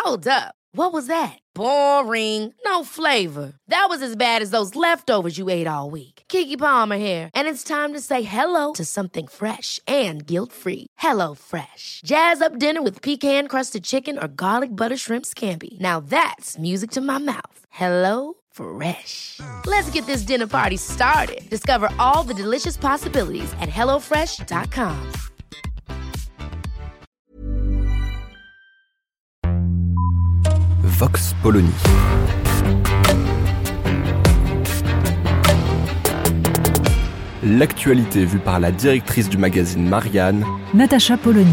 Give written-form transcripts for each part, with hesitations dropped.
Hold up. What was that? Boring. No flavor. That was as bad as those leftovers you ate all week. Keke Palmer here, and it's time to say hello to something fresh and guilt-free. Hello Fresh. Jazz up dinner with pecan-crusted chicken or garlic butter shrimp scampi. Now that's music to my mouth. Hello Fresh. Let's get this dinner party started. Discover all the delicious possibilities at hellofresh.com. Vox Polony. L'actualité vue par la directrice du magazine Marianne, Natacha Polony.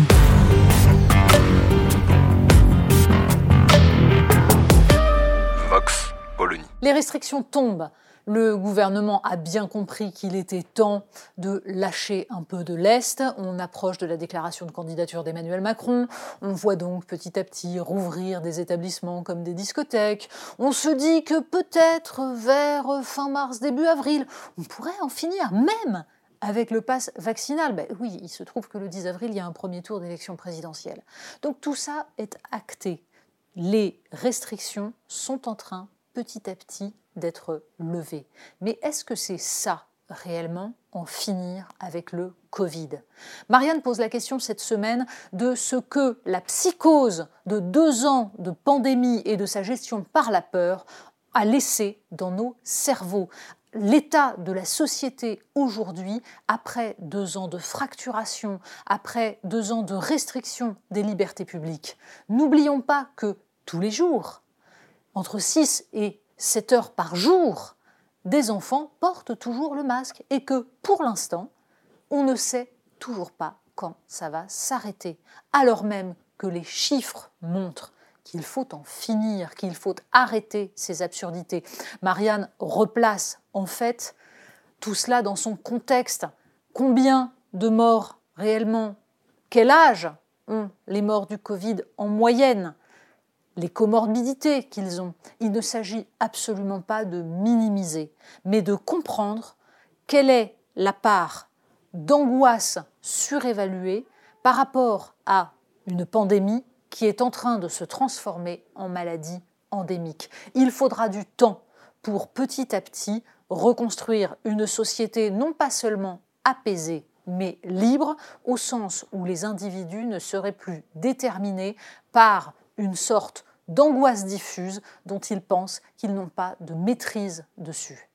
Vox Polony. Les restrictions tombent. Le gouvernement a bien compris qu'il était temps de lâcher un peu de lest. On approche de la déclaration de candidature d'Emmanuel Macron. On voit donc petit à petit rouvrir des établissements comme des discothèques. On se dit que peut-être vers fin mars, début avril, on pourrait en finir même avec le pass vaccinal. Oui, il se trouve que le 10 avril, il y a un premier tour d'élection présidentielle. Donc tout ça est acté. Les restrictions sont en train, petit à petit, d'être levées. Mais est-ce que c'est ça, réellement, en finir avec le Covid ? Marianne pose la question cette semaine de ce que la psychose de 2 ans de pandémie et de sa gestion par la peur a laissé dans nos cerveaux. L'état de la société aujourd'hui, après 2 ans de fracturation, après 2 ans de restriction des libertés publiques. N'oublions pas que tous les jours, entre 6 et 7 heures par jour, des enfants portent toujours le masque et que, pour l'instant, on ne sait toujours pas quand ça va s'arrêter, alors même que les chiffres montrent qu'il faut en finir, qu'il faut arrêter ces absurdités. Marianne replace en fait tout cela dans son contexte. Combien de morts réellement ? Quel âge ont les morts du Covid en moyenne ? Les comorbidités qu'ils ont. Il ne s'agit absolument pas de minimiser, mais de comprendre quelle est la part d'angoisse surévaluée par rapport à une pandémie qui est en train de se transformer en maladie endémique. Il faudra du temps pour petit à petit reconstruire une société non pas seulement apaisée, mais libre, au sens où les individus ne seraient plus déterminés par une sorte d'angoisse diffuse dont ils pensent qu'ils n'ont pas de maîtrise dessus.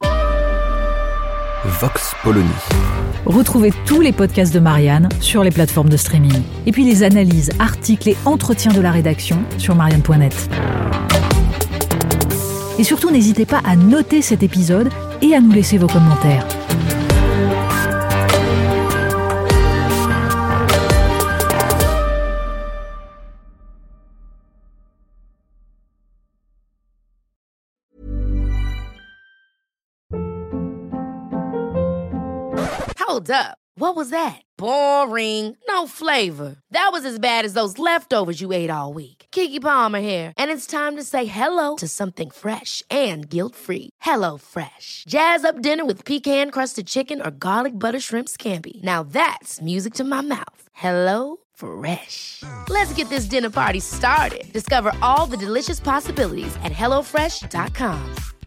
Vox Polony. Retrouvez tous les podcasts de Marianne sur les plateformes de streaming. Et puis les analyses, articles et entretiens de la rédaction sur marianne.net. Et surtout, n'hésitez pas à noter cet épisode et à nous laisser vos commentaires. Hold up. What was that? Boring. No flavor. That was as bad as those leftovers you ate all week. Keke Palmer here, and it's time to say hello to something fresh and guilt-free. Hello Fresh. Jazz up dinner with pecan-crusted chicken or garlic butter shrimp scampi. Now that's music to my mouth. Hello Fresh. Let's get this dinner party started. Discover all the delicious possibilities at hellofresh.com.